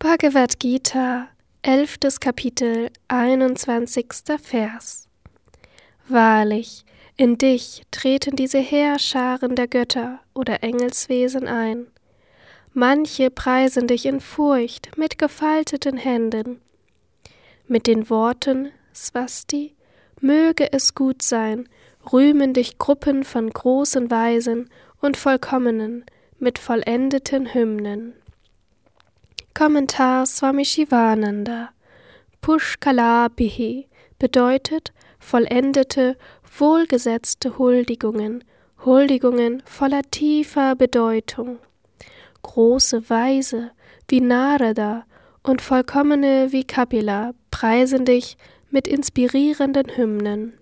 Bhagavad Gita, 11. Kapitel, 21. Vers. Wahrlich, in dich treten diese Heerscharen der Götter oder Engelswesen ein. Manche preisen dich in Furcht mit gefalteten Händen. Mit den Worten Swasti, möge es gut sein, rühmen dich Gruppen von großen Weisen und Vollkommenen mit vollendeten Hymnen. Kommentar Swami Shivananda. Pushkalabhihi bedeutet vollendete, wohlgesetzte Huldigungen, Huldigungen voller tiefer Bedeutung. Große Weise wie Narada und Vollkommene wie Kapila preisen dich mit inspirierenden Hymnen.